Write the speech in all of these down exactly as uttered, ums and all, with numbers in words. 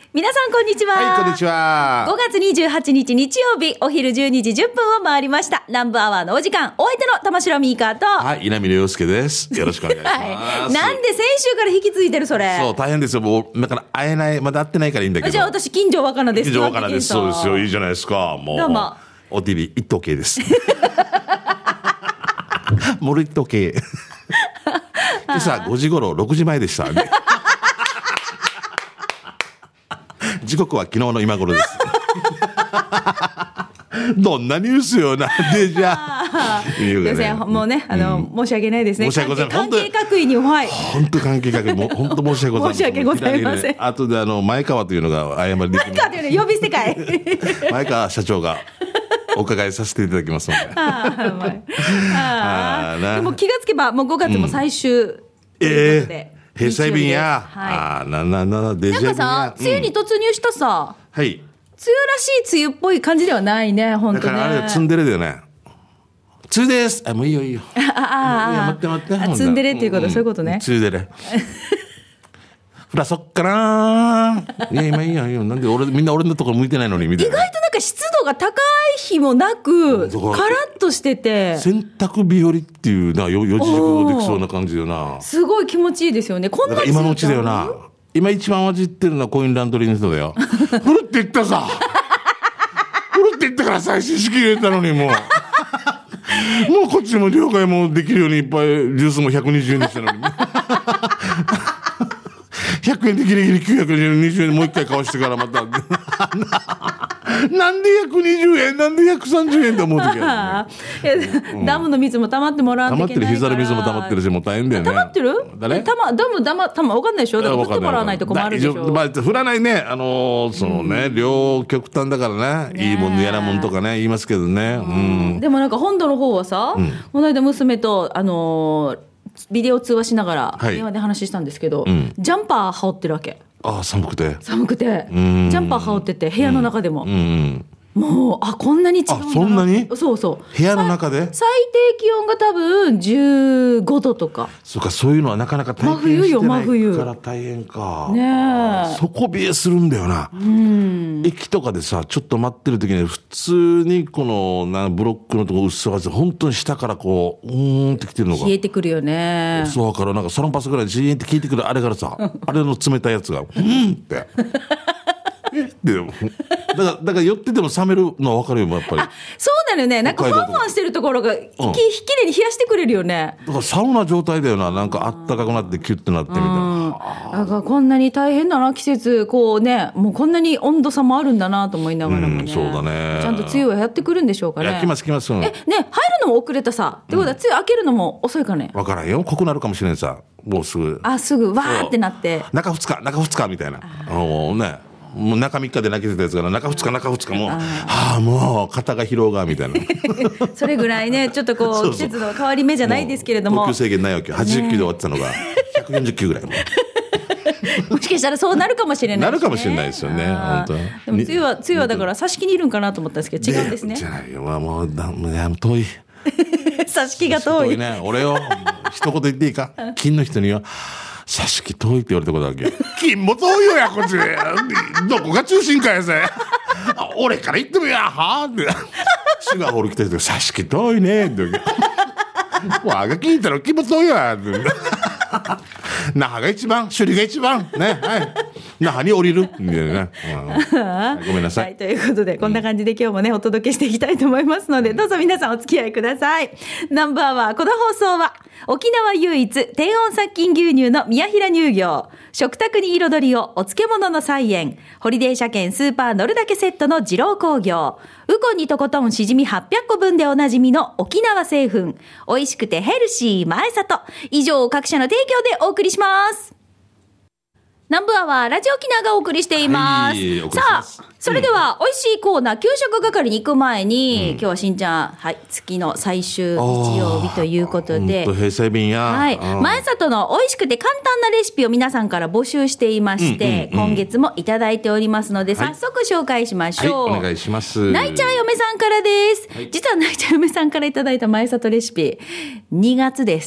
皆さんこんにちは。 はい、こんにちは。 ごがつにじゅうはちにち日曜日、お昼じゅうにじじゅっぷんを回りました。南部アワーのお時間、お相手の玉城ミーカーと、 はい、稲見亮介です。よろしくお願いします。 はい、なんで先週から引き継いでるそれ。 そう、大変ですよ。もうだから会えない、まだ会ってないからいいんだけど。 じゃあ私近所若菜です。 近所若菜です。そうですよ。いいじゃないですか。もう。 どうも。 お ティーブイ 一等系です。モル一等系。今朝ごじ頃ろくじまえでした。時刻は昨日の今頃です。どんなニュースよなんでじゃあ。 ね、もうね、あの、うん、申し訳ないですね。 申し訳ございません。 関係各位に、はい。 本当関係各位、もう本当申し訳ございません。 申し訳ございません。 あとであの前川というのが謝りできます。 前川というの呼び捨てかい。 前川社長がお伺いさせていただきますので。 ああ、でも気がつけばもうごがつも最終ということで。うんえー平成便や、はい、あなななデジャビンや。 なんかさ、梅雨に突入したさ、 うん、はい。 梅雨らしい梅雨っぽい感じではないね、本当ね。 だからあれツンデレだよね。梅雨です。あもういいよいいよ。 ああ、 いや待って待って。 ツンデレっていうこと、うん、そういうことね。 梅雨デレ。ほらそっかな。いや今いいよいいよ。なんで俺みんな俺のところ向いてないのにみたいな。 意外となんか湿度が高い日もなく、カラッとしてて。 洗濯日和っていうな四字熟語できそうな感じだよな。 すごい気持ちいいですよね。こんな今のうちだよな。今一番混じってるのはコインランドリーの人だよ。ふるって言ったさ。ふるって言ったから最新式入れたのにもう。もうこっちも了解もできるようにいっぱいジュースもひゃくにじゅうえんにしたのに。ひゃくえんでギリギリきゅうひゃくにじゅうえんもう一回買わしてからまたなんでひゃくにじゅうえんなんでひゃくさんじゅうえんって思う時ある、ねうん、 ダムの水も溜まってもらわなきゃいけないから溜まってる膝の水も溜まってるしもう大変だよね。 溜まってる誰たまダムダムたま分かんないでしょ。だから降ってもらわないと困るでしょ。 まあ、降らないねあのー、そのね、うん、両極端だからねいいもんやらもんとかね言いますけどね、うんうん、 でもなんか本土の方はさ、うん、この間娘とあのービデオ通話しながら電話で話したんですけど、はいうん、ジャンパー羽織ってるわけ。 ああ寒くて寒くてジャンパー羽織ってて部屋の中でも、うんうんもうあこんなに違うんだな。 あそんなにそうそう部屋の中で最低気温が多分じゅうごどとか。 そうかそういうのはなかなか体験してないから大変かねえ底冷えするんだよな。うん駅とかでさちょっと待ってる時に普通にこのなブロックのとこ薄さが本当に下からこううーんってきてるのが冷えてくるよね。 そうからなんかサロンパスぐらいジーンって効いてくるあれからさあれの冷たいやつがうんってでもだからだから寄ってても冷めるのは分かるよやっぱり。あそうなのね。なんかファンファンしてるところがき、うん、きれいに冷やしてくれるよね。 だからサウナ状態だよな。なんかあったかくなってキュッてなってみたいな。 だからこんなに大変だな季節こうねもうこんなに温度差もあるんだなと思いながらもね、うん、 そうだね。 ちゃんと梅雨はやってくるんでしょうかね。 いや来ます来ます。えね入るのも遅れたさ。ってことは梅雨明けるのも遅いかね。 分からんよ濃くなるかもしれんさもうすぐ。 あすぐわーってなって中ふつか中ふつかみたいなもうねもう中みっかで泣けてたやつが中ふつか中ふつかもうはあもう肩が疲労がみたいなそれぐらいねちょっとこうそうそう季節の変わり目じゃないですけれども投球制限ないわけよはちじゅっきゅうで終わってたのがひゃくよんじゅっきゅうぐらいももしかしたらそうなるかもしれない、ね、 なるかもしれないですよね本当。 でも梅雨は梅雨はだから挿し木にいるんかなと思ったんですけど違うんですね。 じゃないよ、まあ、もうだもう遠い挿し木が遠い、 遠いね、俺よ一言言っていいか金の人には挿し木遠いって言われたことあるけど金も遠いよやこっちどこが中心かやせ俺から言ってもやはあってシュガーホール来た人が挿し木遠いねってわが聞いたら金も遠いわって那覇が一番首里が一番ねはい那覇に降りるみたいなね、うん、ごめんなさい、 はい、ということでこんな感じで今日もねお届けしていきたいと思いますのでどうぞ皆さんお付き合いください。ナンバーはこの放送は沖縄唯一低温殺菌牛乳の宮平乳業食卓に彩りをお漬物の菜園ホリデー車検スーパー乗るだけセットの二郎工業ウコンにとことんしじみはっぴゃっこぶんでおなじみの沖縄製粉美味しくてヘルシー前里以上各社の提供でお送りします。南部アワーラジオ沖縄がお送りしています、はい、さあそれでは、うん、美味しいコーナー給食係に行く前に、うん、今日はしんちゃん、はい、月の最終日曜日ということで平成便や、 はい、前里の美味しくて簡単なレシピを皆さんから募集していまして、うんうんうん、今月もいただいておりますので、早速紹介しましょう、 はい、お願いします。 ないちゃん嫁さんからです、はい、実はないちゃん嫁さんからいただいた前里レシピにがつです。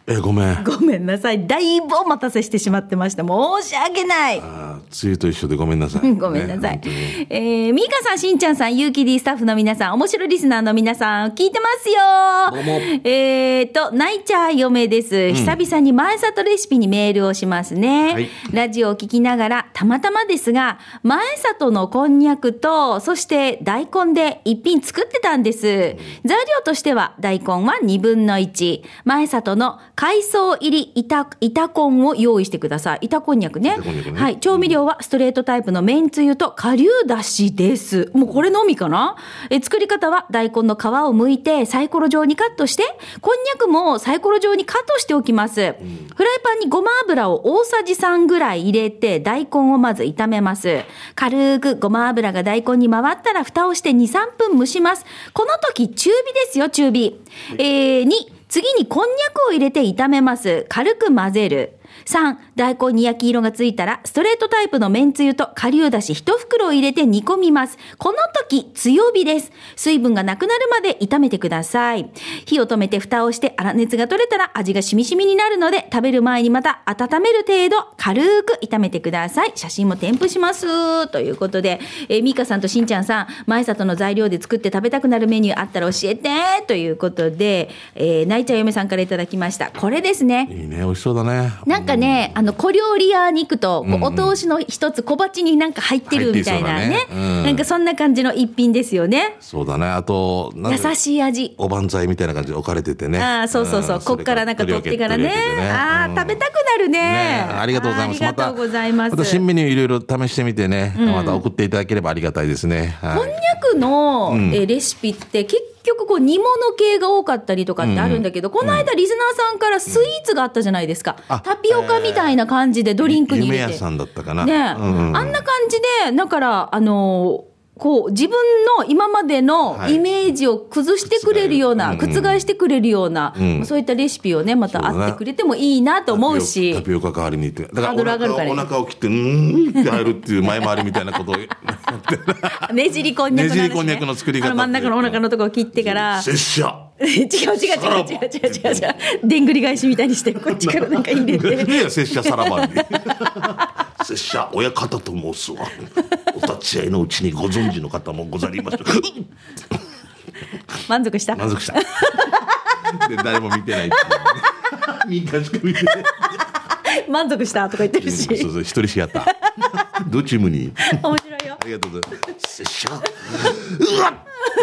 えごめんごめんなさい。だいぶお待たせしてしまってました。申し訳ない。 あ梅雨と一緒でごめんなさい。 ごめんなさい。 ね、 えー、ミカさん、しんちゃんさん、ゆうき D スタッフの皆さん、面白リスナーの皆さん、聞いてますよ。 どうも。 えーと、ナイチャー嫁です。うん、久々に前里レシピにメールをしますね。はい、ラジオを聞きながら、たまたまですが、前里のこんにゃくと、そして大根で一品作ってたんです。うん、材料としては、大根はにぶんのいち、前里の海藻入り板、板根を用意してください。板こんにゃくね。ねはい。調味料はストレートタイプのめんつゆと顆粒だしです。もうこれのみかな。え作り方は大根の皮を剥いてサイコロ状にカットして、こんにゃくもサイコロ状にカットしておきます。うん、フライパンにごま油を大さじさんぐらい入れて大根をまず炒めます。軽くごま油が大根に回ったら蓋をしてに、さんぷん蒸します。この時中火ですよ、中火。えー、に次にこんにゃくを入れて炒めます。軽く混ぜる。さん、大根に焼き色がついたら、ストレートタイプのめんつゆと顆粒だしいち袋を入れて煮込みます。この時、強火です。水分がなくなるまで炒めてください。火を止めて蓋をして粗熱が取れたら味がしみしみになるので、食べる前にまた温める程度、軽く炒めてください。写真も添付します。ということで、えー、ミカさんとしんちゃんさん、前里の材料で作って食べたくなるメニューあったら教えて。ということで、えー、泣いちゃう嫁さんからいただきました。これですね。 いいね、美味しそうだね。 なんかね、あの小料理屋に行くと、こうお通しの一つ小鉢になんか入ってるみたいなね、うん、なんかそんな感じの一品ですよね。 そうだね。あと優しい味、 おばんざいみたいな感じで置かれててね。 ああ、そうそうそう、うん、こっからなんか取ってからね、ね、ああ、うん、食べたくなる ね, ね。 ありがとうございます。 ありがとうございます。 また、また新メニューいろいろ試してみてね、うん、また送っていただければありがたいですね。はい、 こんにゃくの、うん、えレシピって結局こう煮物系が多かったりとかってあるんだけど、うん、この間リスナーさんからスイーツがあったじゃないですか、うん、タピオカみたいな感じでドリンクに入れて、 夢屋さんだったかな、 ね、うん、あんな感じで、だからあのーこう自分の今までのイメージを崩してくれるような、はい、覆してくれるような、うん、そういったレシピをねまたあってくれてもいいなと思うし、 タピオカ代わりにって、だからお腹を、お腹を切ってうーんって入るっていう前回りみたいなことをねじりこんにゃくの、ね、 ねじりこんにゃくの作り方、 あの真ん中のお腹のところを切ってから拙者違う違う違う違う違う違う違うでんぐり返しみたいにしてこっちからなんか入れてねえ拙者さらばに拙者親方と申すわお立ち会いのうちにご存知の方もござりました満足した満足したで誰も見てないってみんなしか見てない満足したとか言ってるし、 そうそう一人シアターどっちもに面白いよ。 ありがとうございます拙者うわっ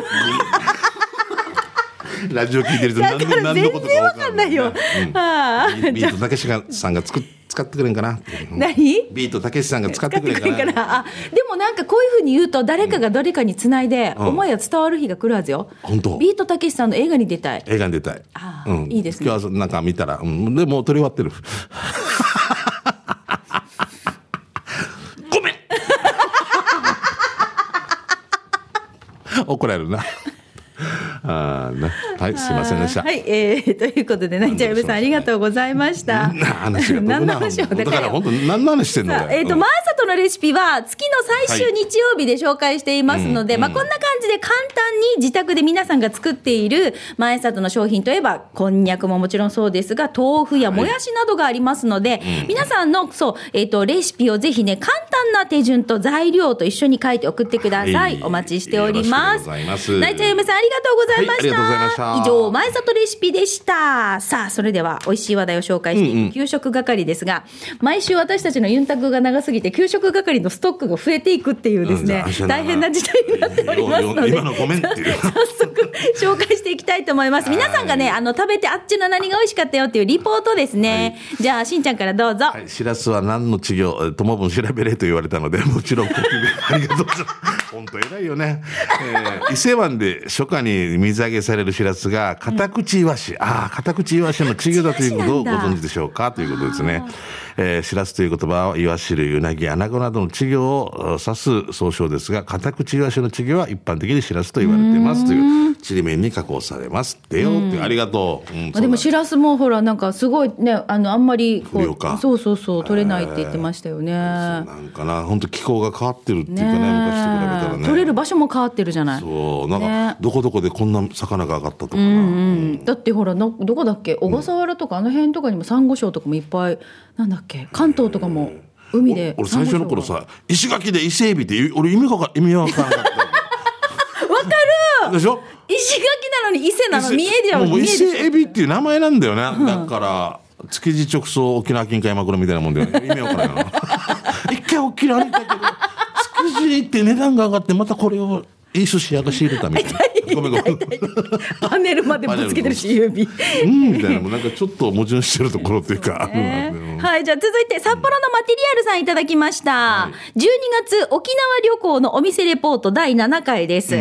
ラジオ聞いてると何の何のことか分かんないよ。ビートたけしさんが作っ使ってくれんかな。 何？ ビートたけしさんが使ってくれんかな。 あ、でもなんかこういうふうに言うと誰かが誰かにつないで、うん、思いは伝わる日が来るはずよ。 本当。 ビートたけしさんの映画に出たい。 映画に出たい。 あ、うん、いいですね。 今日はなんか見たら、うん、でもう撮り終わってる。ごめん。怒られるな。あね、はい、すいませんでした。 はい、えー、ということでね、じゃあ、ゆべさんありがとうございました。 話が何の話をだから本当何の話してんの。 えっと、マーサトのレシピは月の最終日曜日で紹介していますので、はい、まあこんな感じで簡単に自宅で皆さんが作っている前里の商品といえばこんにゃくももちろんそうですが、豆腐やもやしなどがありますので、はい、皆さんのそうえっとレシピをぜひね簡単な手順と材料と一緒に書いて送ってください。はい、お待ちしております。ないちゃんゆめさんありがとうございました。はい、以上前里レシピでした。さあそれでは美味しい話題を紹介していく給食係ですが、うんうん、毎週私たちのユンタクが長すぎて給食係のストックが増えていくっていうですね、うん、大変な事態になっておりますので、 今のごめんっていう早速紹介していきたいと思います。皆さんがねあの食べてあっちの何が美味しかったよっていうリポートですね、はい、じゃあしんちゃんからどうぞ。はい、 しらすは何の稚魚とも分調べれと言われたのでもちろんコピーでありがとうございます本当偉いよね、えー、伊勢湾で初夏に水揚げされるしらすがカタクチイワシ、うん、ああカタクチイワシの稚魚だということをご存知でしょうかということですね。 えー、しらすという言葉はイワシ類、ウナギ、アナゴなどの稚魚を指す総称ですが、カタクチイワシの稚魚は一般的にしらすと言われていますというちりめんに加工されますってよって、ありがとう、うん、 まあ、でもしらすもほらなんかすごいね、あのあんまりこ不良か、 うそうそうそう取れないって言ってましたよね、えー、 なんかな本当気候が変わってるっていうか ね, ね昔と比べたらね、 取れる場所も変わってるじゃない。 そうなんか、ね、どこどこでこんな魚が上がったとかな、 うんうん、だってほらどこだっけ、小笠原とかあの辺とかにもサンゴ礁とかもいっぱい、なんだっけ関東とかも海で、 俺最初の頃さ石垣で伊勢エビって俺意味が意味わからなかったわかるでしょ、 石垣なのに伊勢なの見えるよ、 もう伊勢エビっていう名前なんだよね、うん、だから築地直送沖縄近海マグロみたいなもんだよね、意味わからないな一回沖縄に行ったけど築地に行って値段が上がってまたこれをいい寿司屋が仕入れたみたいなごめんごめんパネルまでぶつけてるし指うんみたいな、もうなんかちょっと矛盾してるところっていうか、 ね、はい、じゃあ続いて札幌のマテリアルさんいただきました、はい、じゅうにがつ沖縄旅行のお店レポートだいななかいです、うんうん、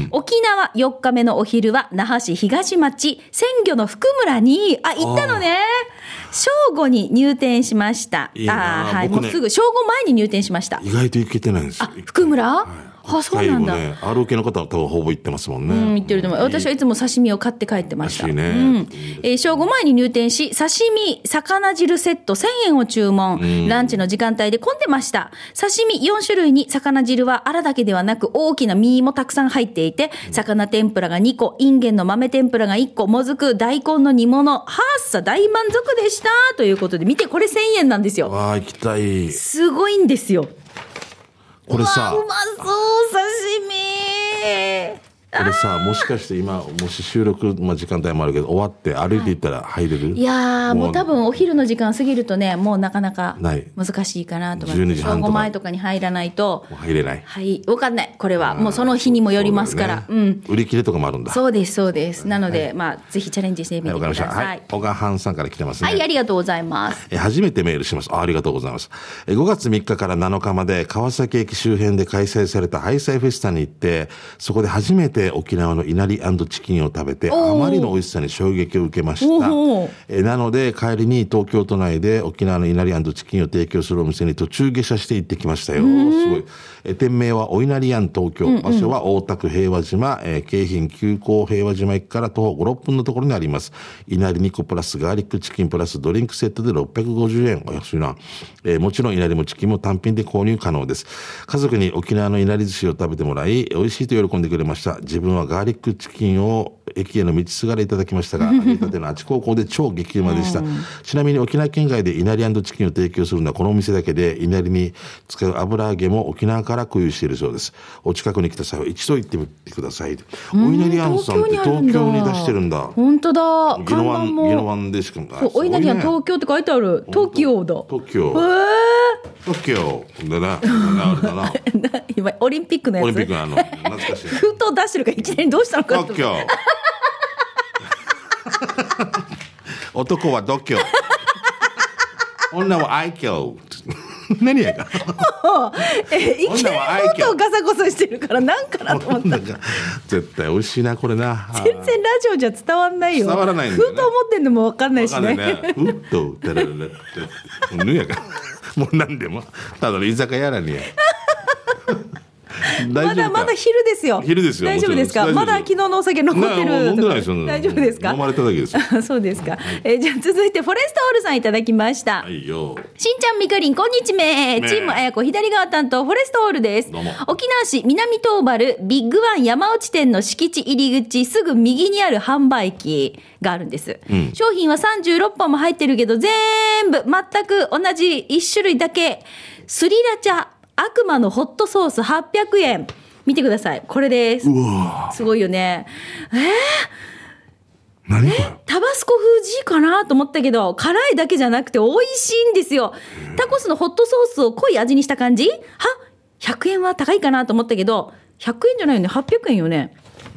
沖縄よっかめのお昼は那覇市東町鮮魚の福村にあ行ったのね、正午に入店しました。 いいな、 あ、はい、 僕ね、 もうすぐ正午前に入店しました。 意外と行けてないんですよ。 あ、福村、はい、あ、そうなんだ。 ね、アールオーケー の方は多分ほぼ行ってますもんね。 うん、行ってると思う。私はいつも刺身を買って帰ってました。 ね、 うんえー、正午前に入店し、刺身、魚汁セットせんえんを注文、うん。ランチの時間帯で混んでました。刺身よんしゅるいに魚汁はアラだけではなく大きな身もたくさん入っていて、魚天ぷらがにこ、インゲンの豆天ぷらがいっこ、もずく、大根の煮物、はっさ大満足でした。ということで、見て、これせんえんなんですよ。 わあ、行きたい。 すごいんですよ。 これさ、 うわうまそう刺身。 これさ、もしかして今もし収録、まあ、時間帯もあるけど終わって歩いていったら入れる、はい、 いやーもう多分お昼の時間過ぎるとねもうなかなか難しいかなと思います。 じゅうにじはんとか正午前とかに入らないともう入れない。 はい、分かんない。これはもうその日にもよりますから、う、ね、うん、 売り切れとかもあるんだ。 そうですそうです。なので、はい、まあぜひチャレンジしてみてください。 はい、小川藩さんから来てますね。 はい、ありがとうございます。 え初めてメールします。 あ, ありがとうございます。えごがつみっかからなのかまで川崎駅周辺で開催されたハイサイフェスタに行って、そこで初めて沖縄の稲荷&チキンを食べてあまりの美味しさに衝撃を受けました。えなので帰りに東京都内で沖縄の稲荷&チキンを提供するお店に途中下車して行ってきましたよ。すごい。え店名はお稲荷庵東京、場所は大田区平和島、えー、京浜急行平和島駅から徒歩ご、ろっぷんのところにあります。稲荷にこプラスガーリックチキンプラスドリンクセットでろっぴゃくごじゅうえん。お安いな。えー、もちろん稲荷もチキンも単品で購入可能です。家族に沖縄の稲荷寿司を食べてもらい美味しいと喜んでくれました。自分はガーリックチキンを駅への道すがらいただきましたが、揚げたてのあち高校で超激うまでした。ちなみに沖縄県外で稲荷&チキンを提供するのはこのお店だけで、稲荷に使う油揚げも沖縄から空輸しているそうです。お近くに来た際は一度行ってみてください。お稲荷庵さんって東京に出してるんだ。 本当だ。 宜野湾、宜野湾でしかそう、お稲荷庵東京って書いてある。東京だ。 東京。 へー。 東京だな。あれだな。 今オリンピックのやつ。 オリンピックのあの懐かしい。 封筒出してるからいきなりどうしたのか。 東京。男は度胸。女は愛嬌。何やか。 え、いきなり封筒ガサゴサしてるからなんかなと思った。 絶対美味しいなこれな。 全然ラジオじゃ伝わんないよ。 伝わらないんだよね。 封筒持ってんのも分かんないしね。 封筒てられれって。ぬやか。もう何でもただの居酒屋らにや。 まだまだ昼ですよ。 昼ですよ。 大丈夫ですか。まだ昨日のお酒残ってる。 飲んでないですよ。 大丈夫ですか。 飲まれただけですよ。 そうですか。えー、じゃあ続いてフォレストオールさんいただきました。 はいよ。 しんちゃんみかりんこんにちめ。チームあやこ左側担当フォレストオールです。 どうも。 沖縄市南東原ビッグワン山内店の敷地入り口すぐ右にある販売機があるんです。うん、商品はさんじゅうろっぽんも入ってるけど全部全く同じいち種類だけ。スリラ茶悪魔のホットソースはっぴゃくえん。見てください。これです。 うわすごいよね。えー、 何これ？ タバスコ風 G かなと思ったけど、辛いだけじゃなくて美味しいんですよ。タコスのホットソースを濃い味にした感じ？はひゃくえんは高いかなと思ったけど、ひゃくえんじゃないよね。はっぴゃくえんよね。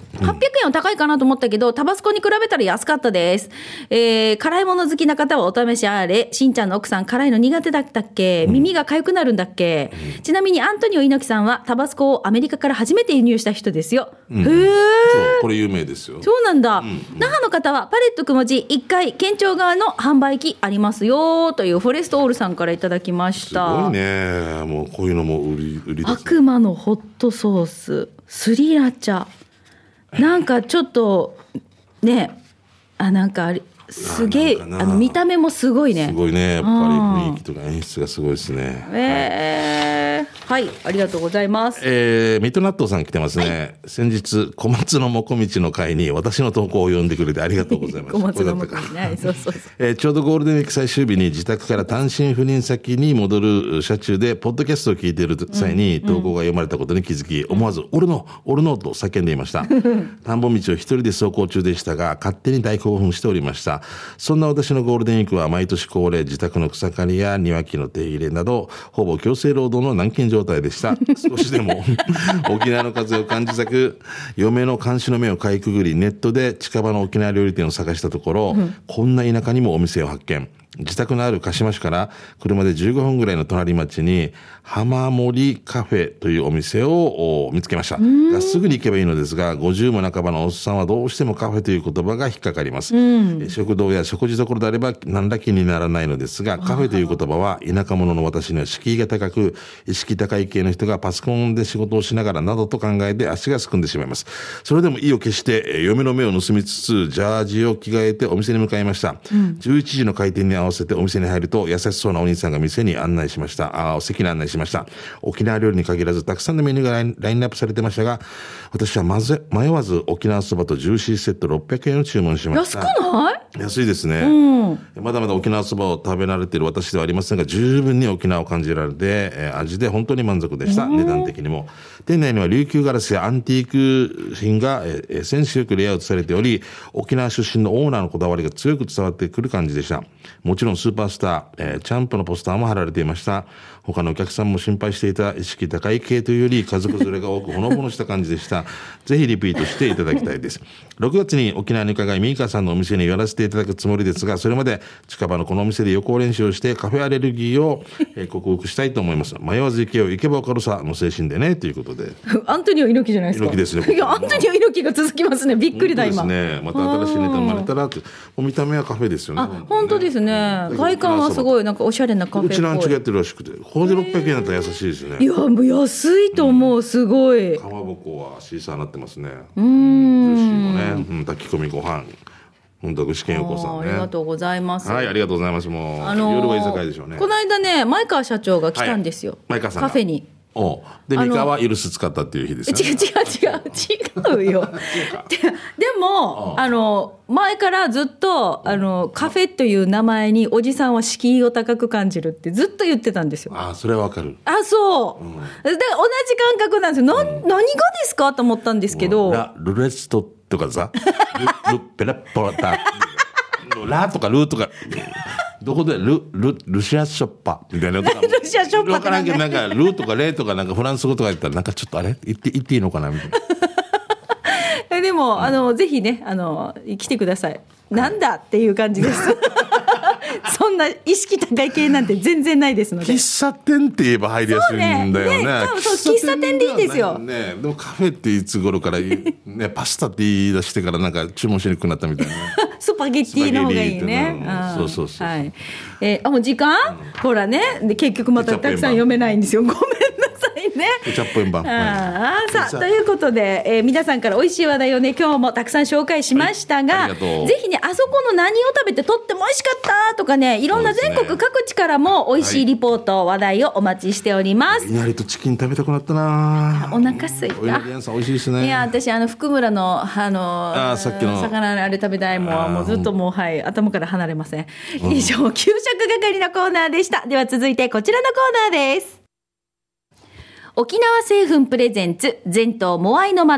はっぴゃくえんは高いかなと思ったけど、タバスコに比べたら安かったです。えー、辛いもの好きな方はお試しあれ。しんちゃんの奥さん辛いの苦手だったっけ、うん、耳が痒くなるんだっけ、うん、ちなみにアントニオ猪木さんはタバスコをアメリカから初めて輸入した人ですよ、うん、へー、そうこれ有名ですよ。 そうなんだ、うんうん、那覇の方はパレットくもじいっかい県庁側の販売機ありますよというフォレストオールさんからいただきました。 すごいね、もうこういうのも売り、売りですね。 悪魔のホットソーススリラ茶、なんかちょっとね、あ、なんかあれすげえ、あの見た目もすごいね。 すごいね、やっぱり雰囲気とか演出がすごいですね。 えー、はい、はい、ありがとうございます。 えー、ミッドナットさん来てますね。はい、先日小松のもこみちの会に私の投稿を読んでくれてありがとうございます。 小松のもこみちね、そうそうそう。 えー、ちょうどゴールデンウィーク最終日に自宅から単身赴任先に戻る車中でポッドキャストを聞いている際に投稿が読まれたことに気づき、思わず俺の俺のと叫んでいました。田んぼ道を一人で走行中でしたが勝手に大興奮しておりました。そんな私のゴールデンウィークは毎年恒例、自宅の草刈りや庭木の手入れなどほぼ強制労働の軟禁状態でした。少しでも沖縄の風を感じたく嫁の監視の目をかいくぐり、ネットで近場の沖縄料理店を探したところ、うん、こんな田舎にもお店を発見。自宅のある鹿島市から車でじゅうごふんぐらいの隣町に浜森カフェというお店を見つけました。がすぐに行けばいいのですが、ごじゅうも半ばのおっさんはどうしてもカフェという言葉が引っかかります。うん、食堂や食事処であれば何ら気にならないのですが、カフェという言葉は田舎者の私には敷居が高く、意識高い系の人がパソコンで仕事をしながらなどと考えて足がすくんでしまいます。それでも意を決して嫁の目を盗みつつジャージを着替えてお店に向かいました。うん、じゅういちじの開店に合わせてお店に入ると優しそうなお兄さんが店に案内しました。あ、お席に案内しました。沖縄料理に限らずたくさんのメニューがライン、ラインナップされてましたが、私はまず迷わず沖縄そばとジューシーセットろっぴゃくえんを注文しました。 安くない？ 安いですね、うん、まだまだ沖縄そばを食べ慣れている私ではありませんが、十分に沖縄を感じられて、えー、味で本当に満足でした。値段的にも店内には琉球ガラスやアンティーク品が、えー、センスよくレイアウトされており、沖縄出身のオーナーのこだわりが強く伝わってくる感じでした。もちろんスーパースター、えー、チャンプのポスターも貼られていました。他のお客さんも心配していた意識高い系というより家族連れが多くほのぼのした感じでした。ぜひリピートしていただきたいです。ろくがつに沖縄に伺いミーカーさんのお店に寄らせていただくつもりですが、それまで近場のこのお店で予行練習をしてカフェアレルギーを、えー、克服したいと思います。迷わず行けよ、行けば分かるさの精神でねということで。 アントニオ猪木じゃないですか。 猪木ですね。 いや、アントニオ猪木が続きますね。びっくりだ今。 そうですね。また新しいネタ生まれたらって。お見た目はカフェですよね。 あ、本当ですね。外観はすごいなんかおしゃれなカフェっぽい。 うちのアンチがやってるらしくて、これでろっぴゃくえんだったら優しいですね。 いや、もう安いと思う、すごい。 かまぼこはシーサーになってますね。うーん。ジューシーもね、うん、炊き込みご飯。本当具志堅洋子さんね。 ありがとうございます。 はい、ありがとうございます。もう、あのー、夜は居酒屋でしょうね。 この間ね、前川社長が来たんですよ。はい、 前川さんカフェに。 おで、三河はイルス使ったっていう日ですよね。 違う違う違う違うよ。で, でもあの前からずっとあのカフェという名前におじさんは敷居を高く感じるってずっと言ってたんですよ。 あ、それはわかる。 あ、そう。うん、で同じ感覚なんですよ。な、うん、何がですかと思ったんですけど。 ラルレストとかさ、ルルペラポラタ、ラとかルとか。どこでルルルシアショッパみたいなとかルシアショッパ分からんけど、なんかルとかレとかなんかフランス語とか言ったらなんかちょっとあれ言って言っていいのかなみたいな。でも、うん、あのぜひねあの来てください。なんだっていう感じです。そんな意識高い系なんて全然ないですので。 喫茶店って言えば入りやすいんだよね。 そうね、ね、そう喫茶店でいいですよ。 ね、でもカフェっていつ頃からねパスタって言い出してからなんか注文しにくくなったみたいな。 スパゲッティの方がいいね。 うん、そうそうそう。 はい。えー、あ、もう時間？うん、ほらね、で結局またたくさん読めないんですよ。ごめんなさいね。 ケチャップ円盤。 ああ、さあということで、えー、皆さんから美味しい話題をね今日もたくさん紹介しましたが、はい、ぜひねあそこの何を食べてとっても美味しかったとかね、いろんな全国各地からも美味しいリポート、はい、話題をお待ちしております。 いなりとチキン食べたくなったな。 お腹すいた。 お稲荷屋さん美味しいですね。 いや私あの福村のあのあさっきの魚あれ食べたいもんもうずっともうはい頭から離れません。以上、給食係のコーナーでした。では続いてこちらのコーナーです。沖縄製粉プレゼンツ全島モアイの窓。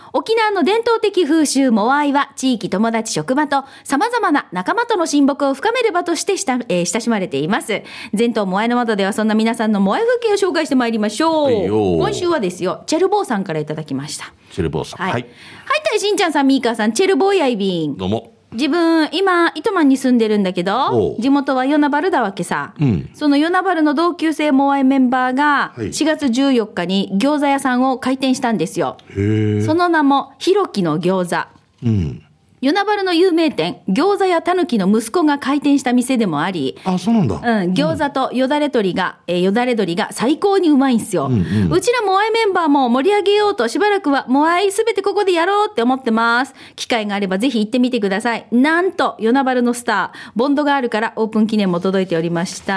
沖縄の伝統的風習モアイは地域、友達、職場と様々な仲間との親睦を深める場としてした、えー、親しまれています。全島モアイの窓ではそんな皆さんのモアイ風景を紹介してまいりましょう。 はいよ。 今週はですよ、チェルボーさんからいただきました。 チェルボーさん。 はい。 ははいい、たいしんちゃんさん、ミーカーさん、チェルボーやいびん。 どうも。 自分今糸満に住んでるんだけど、地元は与那原だわけさ、うん、その与那原の同級生モアイメンバーがしがつじゅうよっかに餃子屋さんを開店したんですよ。へその名もひろきの餃子、うん、与那原の有名店餃子屋たぬきの息子が開店した店でもあり、 あ、そうなんだ、 うん、餃子とよだれ鶏が、えー、よだれ鶏が最高にうまいんすよ、うんうん、うちらモアイメンバーも盛り上げようとしばらくはモアイすべてここでやろうって思ってます。機会があればぜひ行ってみてください。なんと与那原のスターボンドガールからオープン記念も届いておりました、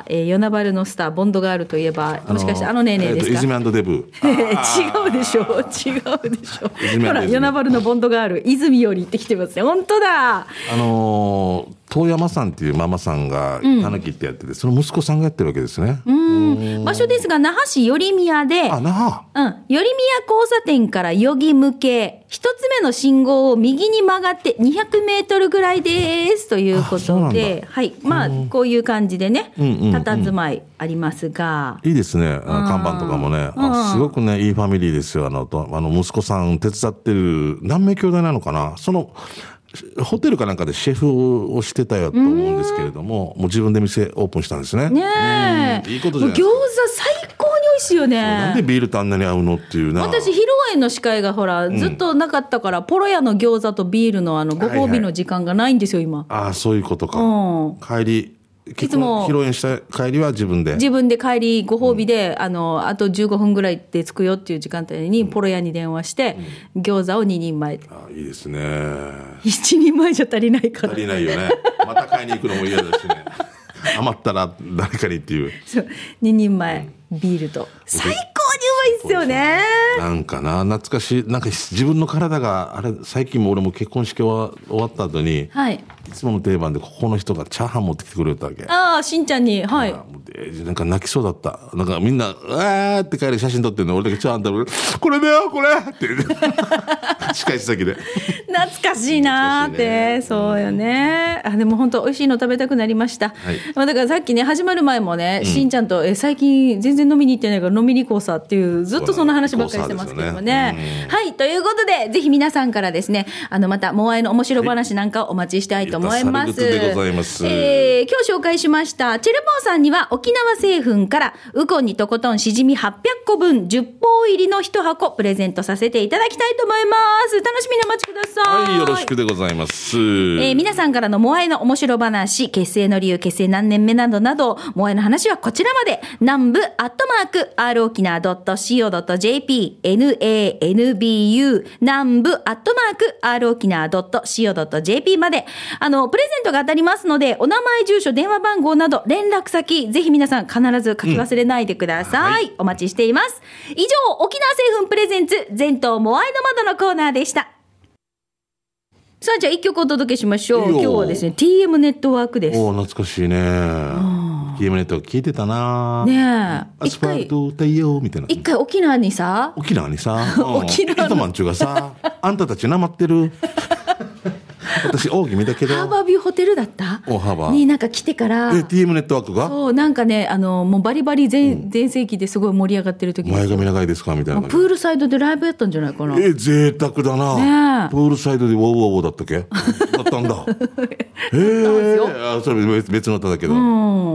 えー、与那原のスターボンドガールといえばもしかしてあのねえねえですか、 えー、イズミ&デブ違うでしょ違うでしょほら与那原のボンドガール泉より行ってきてますね。本当だ。あのー、遠山さんっていうママさんがたぬきってやってて、うん、その息子さんがやってるわけですね。 うん場所ですが那覇市寄宮で、 あ、那覇、 うん、寄宮交差点から余木向け一つ目の信号を右に曲がってにひゃくメートルぐらいですということで、はい、まあこういう感じでね、たたずまいありますが、 いいですね。看板とかもね、あ、すごくねいいファミリーですよ。あのとあの息子さん手伝ってる何名兄弟なのかな、そのホテルかなんかでシェフをしてたよと思うんですけれども、もう自分で店オープンしたんですね。 ねえ、 いいことじゃないですか。餃子最高に美味しいよね。 なんでビールとあんなに合うのっていうな。 私披露宴の司会がほら、うん、ずっとなかったからポロ屋の餃子とビールのあのご褒美の時間がないんですよ、今。 ああ、そういうことか、うん、帰りいつも披露宴した帰りは自分で自分で帰りご褒美で、うん、あのあとじゅうごふんぐらいで着くよっていう時間帯にポロ屋に電話して、うん、餃子をににんまえ。 あ、いいですね。 いちにんまえじゃ足りないから。 足りないよね。また買いに行くのも嫌だしね。余ったら誰かにっていう。 そう、ににんまえ、うん、ビールと最高にうまいっすよね。 なんかな、懐かしい。なんか自分の体があれ、最近も俺も結婚式終わった後に、はい、いつもの定番でここの人がチャーハン持ってきてくれたわけ。 ああ、しんちゃんに、はい。 なんか泣きそうだった。なんかみんなうわーって帰り写真撮ってるの、俺だけチャーハン食べる。これだよこれって近い先で懐かしいなーって、ね、そうよね。あ、でも本当美味しいの食べたくなりました、はい。まあ、だからさっきね始まる前もね、うん、しんちゃんとえ最近全然飲みに行ってないから飲みに行こうさっていうずっとその話ばっかりしてますけどもね、ね、はい、ということでぜひ皆さんからですね、あのまたモアイの面白話なんかをお待ちしたいと思います、はい、 でございます、 えー、今日紹介しましたチェルボーさんには沖縄製粉からウコンにとことんしじみはっぴゃっこぶんじゅっぽう入りのいちはこプレゼントさせていただきたいと思います。楽しみにお待ちください。 はい、よろしくでございます、えー、皆さんからのモアイの面白話、結成の理由、結成何年目などなどモアイの話はこちらまで南部アットマーク r 沖縄 .co.jp nanbu 南部アットマーク r 沖縄 .co.jp まであのプレゼントが当たりますのでお名前、住所、電話番号など連絡先ぜひ皆さん必ず書き忘れないでください、うん、はい、お待ちしています。以上、沖縄製粉プレゼンツ全島モアイの窓のコーナーでした。さあ、じゃあ一曲お届けしましょう。今日はですね ティーエム ネットワークです。 お、懐かしいね。 ティーエム ネットワーク聞いてたなねえ。 アスファルト太陽みたいな。 一回沖縄にさ沖縄にさ沖縄の糸満中がさあんたたちなまってる私大気見たけどハーバービューホテルだったおハーバーになんか来てからえ ティーエム ネットワークがそうなんかねあのもうバリバリ全全盛期ですごい盛り上がってる時前髪長いですかみたいなプールサイドでライブやったんじゃないかな。 え贅沢だな、ね、プールサイドでウォーウォーウォーだったっけだったんだえー、あそれ別の歌だけど、うん、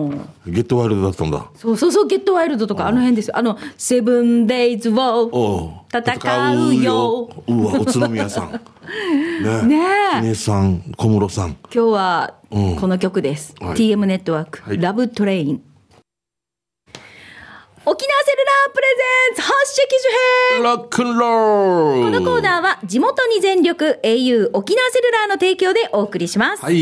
ゲットワイルドだったんだ。 そうそうそうゲットワイルドとかあの辺ですよ。あのセブンデイズを戦うようわ宇都宮さんねえ、ねえ、姉さん、小室さん。 今日はこの曲です。うん、はい、ティーエム ネットワーク、はい、ラブトレイン。沖縄セルラープレゼンツ発色機種編ロックンロール。このコーナーは地元に全力 エーユー 沖縄セルラーの提供でお送りします、はい、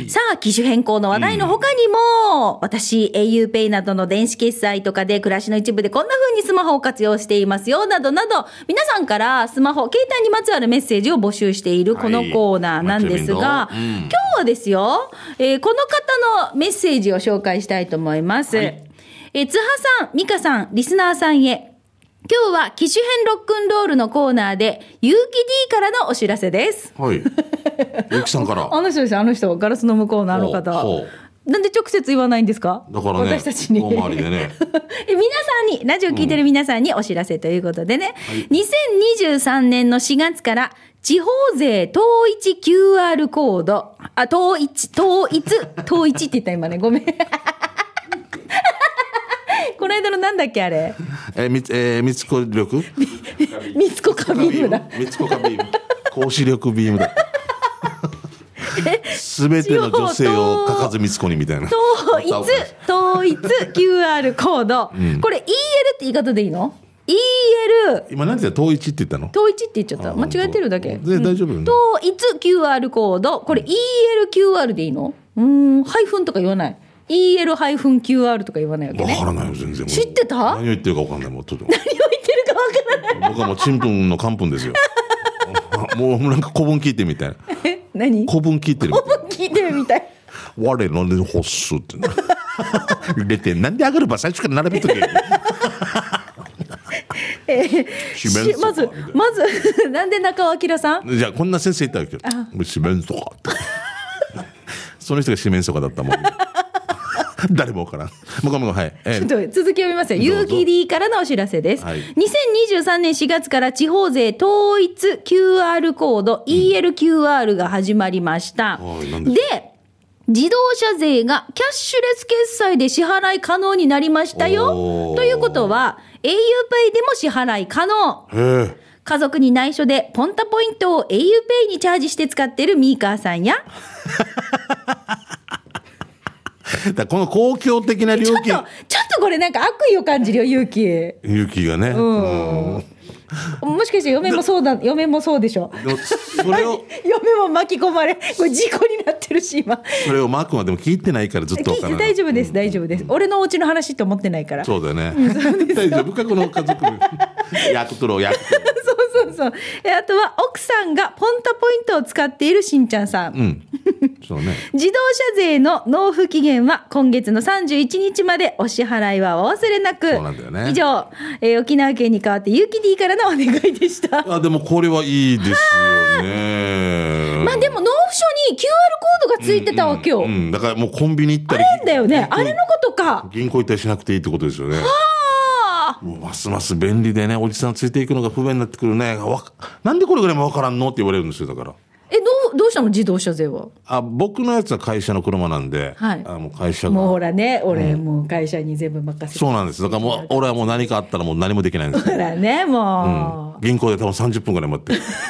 さあ機種変更の話題の他にも、うん、私 エーユー ペイなどの電子決済とかで暮らしの一部でこんな風にスマホを活用していますよなどなど皆さんからスマホ携帯にまつわるメッセージを募集しているこのコーナーなんですが、はいうん、今日はですよ、えー、この方のメッセージを紹介したいと思います、はい。えー、津波さん、美香さん、リスナーさんへ。 今日は機種編ロックンロールのコーナーで、ゆうき D からのお知らせです。 はい。ゆうきさんから。 あの人ですよ、あの人。ガラスの向こうのあの方。なんで直接言わないんですか？ だからね、 私たちに。 遠回りでね。 皆さんに、ラジオ聞いてる皆さんにお知らせということでね。うんはい、にせんにじゅうさんねんのしがつから、地方税統一 キューアール コード、あ、統一、統一、統一って言った今ね、ごめん。この間のなんだっけあれ。 えー、みつ、えー、みつこ力みつこカビームだ。 みつこカビーム。格子力ビームだ。すべての女性を書かずみつこにみたいな。 統一、統一 キューアール コード。うん、これ イーエル って言い方でいいの？ イーエル。 今何て言った統一って言ったの？ 統一って言っちゃった。間違えてるだけ。 で、大丈夫、ね、 統一 キューアール コード。これ イーエルキューアール でいいの？うーん、ハイフンとか言わない。イーエル キューアール とか言わないわけね。 わからないよ全然。 知ってた？ 何を言ってるかわかんないもん。何を言ってるかわからない。 僕はもうちんぷんのかんぷんですよ。もうなんか古文聞いてみたいな。 え、何？ 古文聞いてるみたい。 古文聞いてるみたい。 我のねホッスって入れてなんで上がるば最初から並べとけ。 えー、まずまずなんで中尾明さん？ じゃあこんな先生いたわけよ。四面楚歌。その人が四面楚歌だったもん。誰もわからん。もうごめんはい。 えー、ちょっと続き読みますよ。ゆうき D からのお知らせです。はい、にせんにじゅうさんねんしがつから地方税統一 キューアール コード、うん、イーエルキューアール が始まりました。で、自動車税がキャッシュレス決済で支払い可能になりましたよ。ということは エーユー ペイでも支払い可能。へ家族に内緒でポンタポイントを エーユー ペイにチャージして使っているミーカーさんやだこの公共的な料金ちょっとちょっとこれなんか悪意を感じるよ勇気勇気がね、うんうんもしかして嫁もそうだ嫁もそうでしょそれを嫁も巻き込まれこれ事故になってるし今それをマー君はでも聞いてないからずっと分からない大丈夫です大丈夫です、うん、俺のお家の話って思ってないからそうだよね、うん、大丈夫かこの家族ヤクトロヤクトロそうそうそうあとは奥さんがポンタポイントを使っているしんちゃんさん、うんそうね、自動車税の納付期限は今月のさんじゅういちにちまでお支払いはお忘れなく。 そうなんだよね。 以上、えー、沖縄県に代わってゆうき D からのお願いでした。 あでもこれはいいですよね。 まあでも納付書に キューアール コードがついてたわけよ、 うんうんうん、だからもうコンビニ行ったりあれだよねあれのことか銀行行ったりしなくていいってことですよね。もうますます便利でねおじさんついていくのが不便になってくるね。わなんでこれぐらいもわからんのって言われるんですよだから。 えどうどうしたの自動車税は。 あ僕のやつは会社の車なんで、はい、あもう会社がもうほらね俺、うん、もう会社に全部任せてそうなんですだからもう俺はもう何かあったらもう何もできないんですよほらねもう、 うん、銀行で多分さんじゅっぷんぐらい待って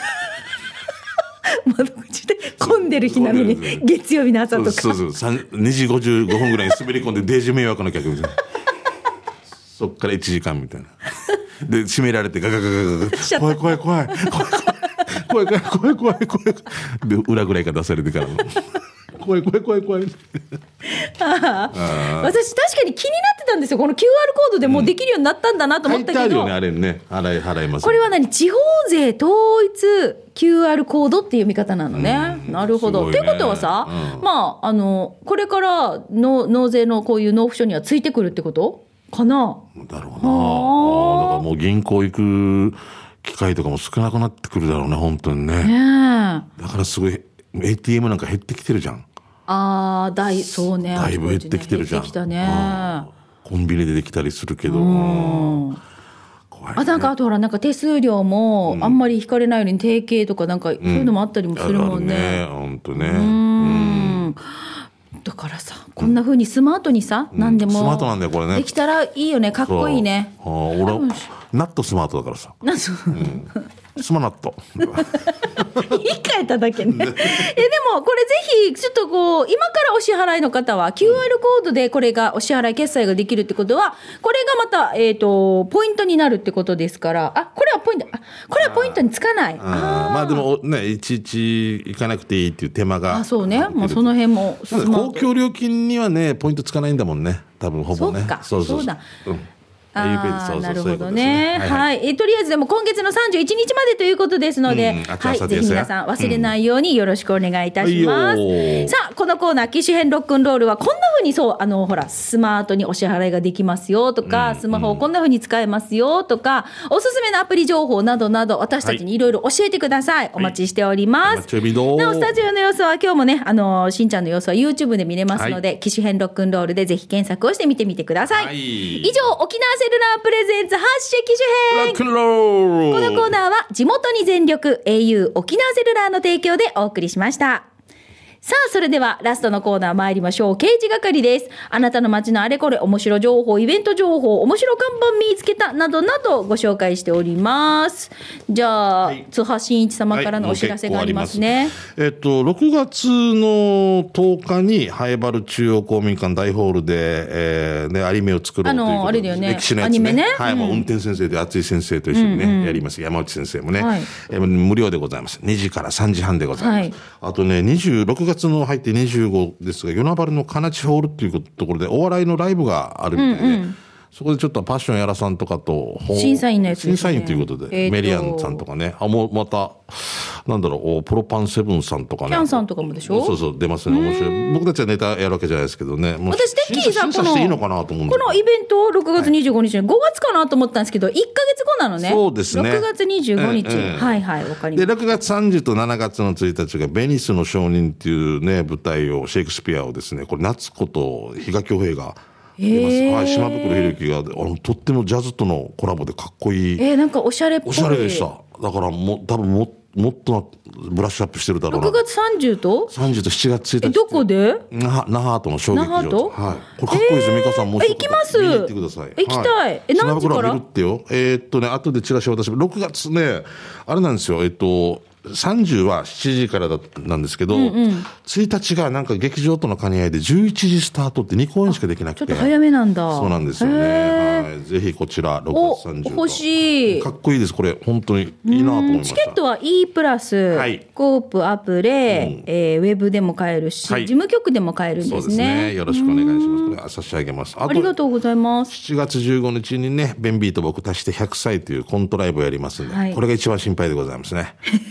窓口で混んでる日なのに月曜日の朝とかそうそうにじごじゅうごふんぐらいに滑り込んでデージ迷惑な客みたいなそっからいちじかんみたいなで閉められてガガガガガガ怖い怖い怖い怖い怖い怖い怖い怖い怖いで裏ぐらいから出されてからの怖い怖い怖い怖いああ私確かに気になってたんですよこの キューアール コードでもうできるようになったんだなと思ったけど、うん、 書いてあるよねあれね払い払いますこれは何地方税統一 キューアール コードっていう見方なのね、うん、なるほど、ね、っていうことはさ、うん、まああのこれからの納税のこういう納付書にはついてくるってことかなだろうなあだからもう銀行行く機会とかも少なくなってくるだろうね本当に ね, ねだからすごい エーティーエム なんか減ってきてるじゃんああだいそうねだいぶ減ってきてるじゃん、ね、減ってきたねコンビニでできたりするけど怖い、ね、あなんかあとほらなんか手数料もあんまり引かれないように提携とかなんかそういうのもあったりもするもんね、 うん、本当ねうんだからさこんな風にスマートにさ、うん、何でもスマートなんだよこれねできたらいいよねかっこいいねあ俺ナットスマートだからさナット、 うん、スマナット言い換えただけねえでもこれぜひちょっとこう今からお支払いの方は キューアール コードでこれがお支払い決済ができるってことはこれがまた、えーと、ポイントになるってことですからあこれはポイントあこれはポイントにつかないああまあでもねいちいち行かなくていいっていう手間があそうねもうその辺も公共料金にはねポイントつかないんだもんね多分ほぼねそうかそうそうそうだ、うんあゆうペイですそうそうなるほどそういうことですね。はい、はいえとりあえずでも今月のさんじゅういちにちまでということですので、 うんあとはい、 朝ですよぜひ皆さん忘れないようによろしくお願いいたします。 はいよさあ、このコーナー、機種編ロックンロールはこんな風にそう、あの、ほら、スマートにお支払いができますよとか、スマホをこんな風に使えますよとか、おすすめのアプリ情報などなど、私たちにいろいろ教えてください。お待ちしております。 お待ちびどなお、スタジオの様子は今日もね、あの、しんちゃんの様子は YouTube で見れますので、機種編ロックンロールでぜひ検索をしてみてみてください。 はい以上、沖縄セルラープレゼンツ発信機種編。 ロックンロールこのコーナーは地元に全力 エーユー 沖縄セルラーの提供でお送りしました。さあ、それではラストのコーナー参りましょう。刑事係です。あなたの街のあれこれ、面白情報、イベント情報、面白看板見つけた、などなどご紹介しております。じゃあ、 はい津波真一様からのお知らせがありますね。 はい、えっと、ろくがつのとおかに、ハエバル中央公民館大ホールで、えー、ね、アニメを作ろうということで。 あのあれだよね歴史のやつね。 アニメねはい、 うんもう運転先生で、熱い先生と一緒にね、うんうん、やります。山内先生もね、はい、えー。無料でございます。にじからさんじはんでございます。はい、あとね、にじゅうろくがつの入ってにじゅうごですが、与那原のカナチホールっていうところでお笑いのライブがあるみたいで、うんうん、そこでちょっとパッションやらさんとかと審査員のやつですね。 審査員ということで、えー、メリアンさんとかね、あ、もうまたなんだろう、プロパンセブンさんとかね、 キャンさんとかもでしょ。 そうそう出ますね。面白い。僕たちはネタやるわけじゃないですけどね。もう私てっきりさ、 審査していいのかなと思うんこのイベントろくがつにじゅうごにち、はい、ごがつかなと思ったんですけどいっかげつごなのね。 そうですね。 ろくがつにじゅうごにち、 ええ、 はいはい、わかりました。 でろくがつさんじゅうとしちがつのついたちがベニスの証人っていうね舞台をシェイクスピアをですね、これ夏子と比嘉恭平が出ます。はい、島袋弘之があのとってもジャズとのコラボでかっこいい。 えー、なんかおしゃれっぽい。 おしゃれでした。だからもう多分ももっとブラッシュアップしてるだろうな。 ろくがつさんじゅうとさんじゅうとしちがつついたち。 えどこで？ 那覇那覇との小劇場。 那覇と？ はい。これかっこいいですよ。美香さんもう行きます。 見に行ってください。 行きたい。はい、え何時から？ 島袋見るってよ。えー、っとね後でチラシ渡しろくがつねあれなんですよ。えー、っと。さんじゅうはしちじからだなんですけど、うんうん、ついたちがなんか劇場との兼ね合いでじゅういちじスタートってにこうえんしかできなくて、 ちょっと早めなんだ。 そうなんですよね。はい、ぜひこちらろくがつさんじゅう欲しい。 かっこいいですこれ本当にいいなと思いました。 チケットは E プラス、はい、コープアプレ、うんえー、ウェブでも買えるし、はい、事務局でも買えるんですね。 そうですね。よろしくお願いします。これ差し上げます。 ありがとうございます。 しちがつじゅうごにちにねベンビーと僕足してひゃくさいというコントライブをやりますんで、はい、これが一番心配でございますね。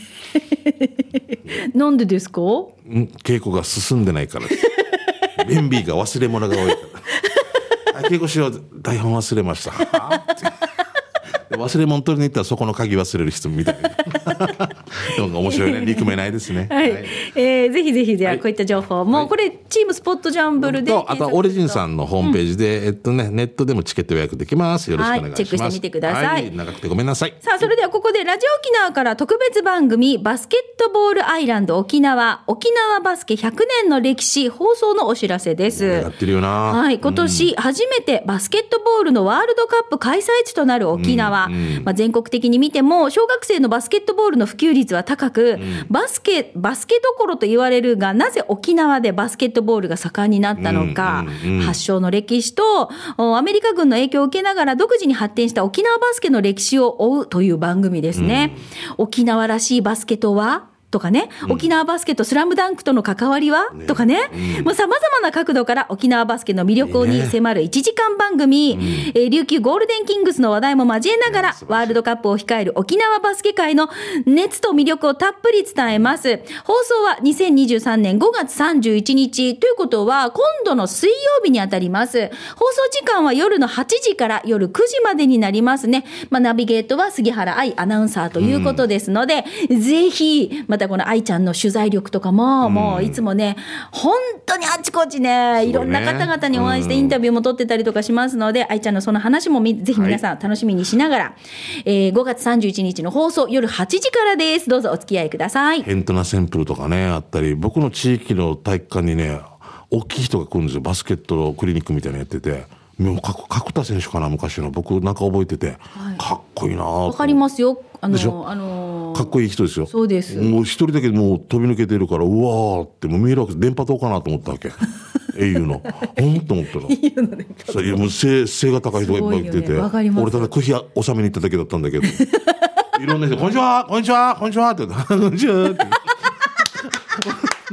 なんでですか？ 稽古が進んでないからです。ベンビーが忘れ物が多いから稽古しよう台本忘れました忘れ物取りに行ったらそこの鍵忘れる人みたいなでも面白いね。憎めないですね。 はい、はい、えー、ぜひぜひじゃあこういった情報、はい、もうこれチームスポットジャンブルでとあとオリジンさんのホームページで、うん、えっとねネットでもチケット予約できます。よろしくお願いします。はい、チェックしてみてください。はい、長くてごめんなさい。 さあそれではここでラジオ沖縄から特別番組バスケットボールアイランド沖縄沖縄バスケひゃくねんの歴史放送のお知らせです。 やってるよな。 はい、今年初めてバスケットボールのワールドカップ開催地となる沖縄、うんうんまあ、全国的に見ても小学生のバスケットボールの普及率は高く、うん、バスケバスケどころと言われるがなぜ沖縄でバスケットボールが盛んになったのか、うんうんうん、発祥の歴史とアメリカ軍の影響を受けながら独自に発展した沖縄バスケの歴史を追うという番組ですね、うん、沖縄らしいバスケとはとかね、うん、沖縄バスケとスラムダンクとの関わりは、ね、とかね、うん、もう様々な角度から沖縄バスケの魅力に迫るいちじかん番組、ねえー、琉球ゴールデンキングスの話題も交えながら、ね、ワールドカップを控える沖縄バスケ界の熱と魅力をたっぷり伝えます。放送はにせんにじゅうさんねんごがつさんじゅういちにちということは今度の水曜日にあたります。放送時間は夜のはちじから夜くじまでになりますね。まあ、ナビゲートは杉原愛アナウンサーということですので、うん、ぜひまたこの愛ちゃんの取材力とかも、うん、もういつもね本当にあちこちねいろんな方々にお会いしてインタビューも取ってたりとかしますので、うん、愛ちゃんのその話もぜひ皆さん楽しみにしながら、はいえー、ごがつさんじゅういちにちの放送夜はちじからです。どうぞお付き合いください。 ヘントナセンプルとかねあったり、僕の地域の体育館にね大きい人が来るんですよ。バスケットのクリニックみたいなのやってて、もう角田選手かな昔の、僕なんか覚えてて、はい、かっこいいな。わかりますよ。あのでしょ、 あのー、 かっこいい人ですよ。 そうです。 もう一人だけもう飛び抜けてるから、うわーってもう見えるわけです。電波塔かなと思ったわけ英雄のほんと思ったら英雄の電波塔、いやもう 背, 背が高い人がいっぱい来てて、ね、俺ただクヒ納めに行っただけだったんだけどいろんな人こんにちはこんにちはこんにちはってこんにちはって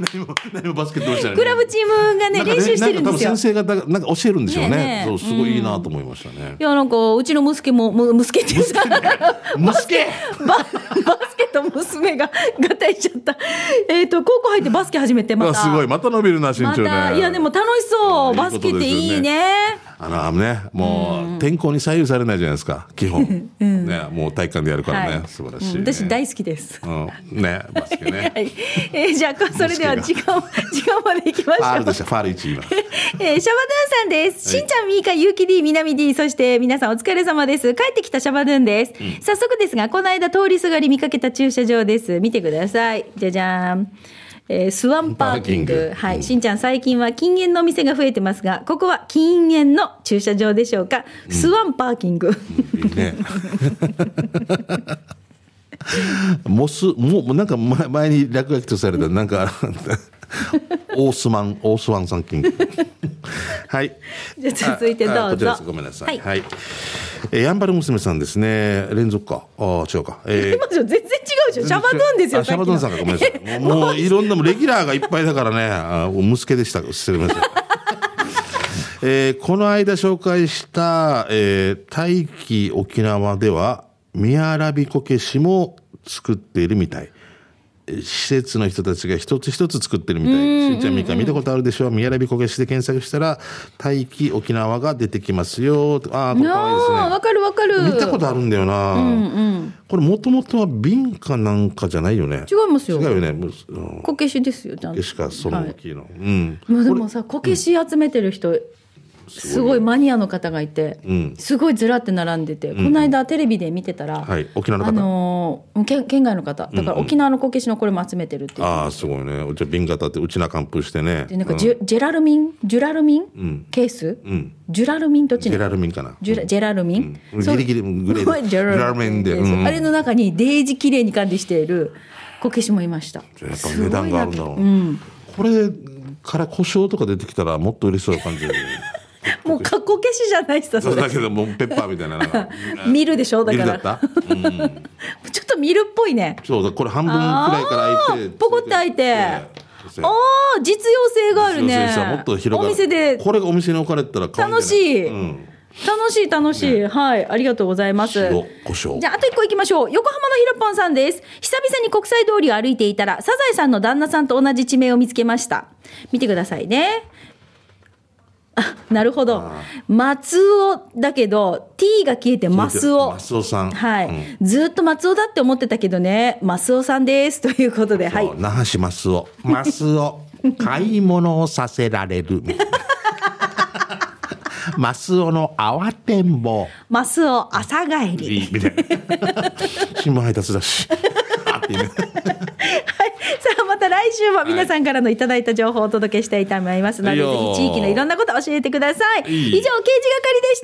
何も何もバスケットをしてない。 クラブチームがね練習してるんですよ。 なんか多分先生方がなんか教えるんでしょうね。 ねえねえそうすごいいいなと思いましたね。 いやなんかうちの息子もむ息子っていうか息子ババスケと娘が合体しちゃった。えっと高校入ってバスケ始めてまた。 すごいまた伸びるな身長ね。 またいやでも楽しそう。バスケっていいね。 あのねもう天候に左右されないじゃないですか基本、うん、ねもう体育館でやるからね、はい、素晴らしい、ね、 私大好きです、 うん、ねバスケね、 はいえー、じゃあそれでは時間時間までいきましょう。ファールでしたファールいち今、えー、シャバドゥンさんです、はい、しんちゃんみーかゆうき D みなみ D そして皆さんお疲れ様です。帰ってきたシャバドゥンです、うん、早速ですがこの間通りすがり見かけた駐車場です。見てください。じゃじゃーん、えー、スワンパーキング、ングはい、うん、しんちゃん最近は禁煙のお店が増えてますがここは禁煙の駐車場でしょうか、うん、スワンパーキング、うん、いいねモスもうなんか前に落書きとされたなんかオースマンオースワンサンキングはいじゃ続いてどうぞ。 ごめんなさい、はいはいえー、やんばる娘さんですね。連続かあ違うか、 えー、全然違うでしょ。シャバドゥンですよ。 シャバドゥンさんがごめんなさいもう、もういろんなレギュラーがいっぱいだからねあ息子でしたすみませんえー、この間紹介した、えー、大気沖縄では宮良びこけしも作っているみたい。施設の人たちが一つ一つ作ってるみたい。しんちゃんみか見たことあるでしょう。宮良びこけしで検索したら大気沖縄が出てきますよ。ああ、これ可愛いですね。 わかるわかる。 見たことあるんだよな、うんうん、これもともとは瓶かなんかじゃないよね。 違いますよ。 違うよね。 こけしですよ。ちゃんとこけしかその大きいの、はい、うん、 まあ、でもさこけし集めてる人、うんすごいマニアの方がいて、うん、すごいずらって並んでて、うん、この間テレビで見てたら、 はい、沖縄の方、 あのー、県, 県外の方だから沖縄のこけしのこれも集めてるっていう、 うんうん、ああすごいね。うちは瓶型ってうちな完封してねでなんかジ ェ,、うん、ジェラルミンジュラルミン、うん、ケース、うん、ジュラルミンどっちジェラルミンかなジ ュ, ジェラルミン、 うん、ギリギリグレージェラルミンで、うん、 あれの中にデージきれいに管理しているこけしもいました。 やっぱ値段があるんだろう、うん、これから胡椒とか出てきたらもっと嬉しそうな感じでもうかっこ消しじゃないさそれだけどもうペッパーみたいななんか見るでしょだから見るだった、うん、 ちょっと見るっぽいね。 そうだこれ半分くらいから開いてポコって開いてああ実用性があるね。 もっと広がる。 お店でこれがお店に置かれたら楽しい、うん、楽しい楽しい、ね、はいありがとうございます。 塩胡椒。 じゃああと一個いきましょう。横浜のひろぽんさんです。久々に国際通りを歩いていたらサザエさんの旦那さんと同じ地名を見つけました。見てくださいね。あなるほど松尾だけど T が消えてマスオ。 マスオさん、 はい、うん、ずっと松尾だって思ってたけどねマスオさんですということで、はい、 那覇市マスオマスオ買い物をさせられるマスオの慌てんぼマスオ朝帰りいいみたいな新聞配達だしあっていいねさあまた来週も皆さんからのいただいた情報をお届けしたいと思いますので、はい、ぜひ地域のいろんなことを教えてください。いい以上刑事係でした。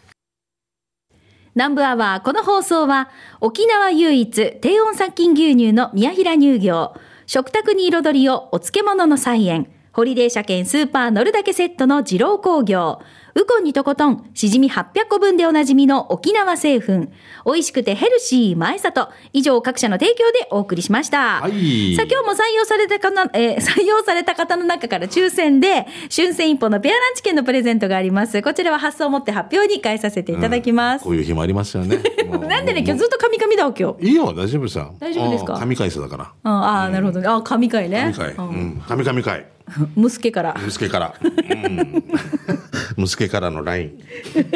南部アワーこの放送は沖縄唯一低温殺菌牛乳の宮平乳業食卓に彩りをお漬物の菜園ホリデー車検スーパー乗るだけセットの二郎工業ウコンにとことんしじみはっぴゃっこぶんでおなじみの沖縄製粉美味しくてヘルシー前里以上各社の提供でお送りしました、はい、さあ今日も採用されたかな、えー、採用された方の中から抽選で春戦一歩のペアランチ券のプレゼントがあります。こちらは発送をもって発表に返させていただきます、 うん、こういう日もありますよねなんでね今日ずっと神々だわ今日。 いいよ大丈夫ですよ。 大丈夫ですか。 神回数だから。 ああ、うん、なるほどね。あ神回ね。 神回、うん、神々回息子から息子から、うん、息子からのライン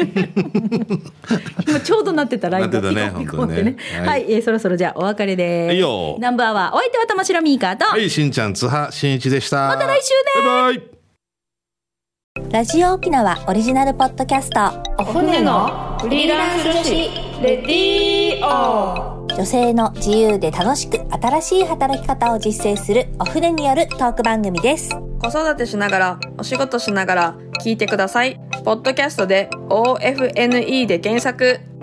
今ちょうどなってたラインがなってたね、本当にね。 はい、はいえー、そろそろじゃあお別れです。いいよ。ナンバーはお相手は玉城ミーカーとはいしんちゃん津波しんいちでした。 また来週ね。 バイバイ。 ラジオ沖縄オリジナルポッドキャストお船のフリーランス女子レディオ。 女性の自由で楽しく新しい働き方を実践するお船によるトーク番組です。 子育てしながらお仕事しながら聞いてください。ポッドキャストで オーエフエヌイー で検索。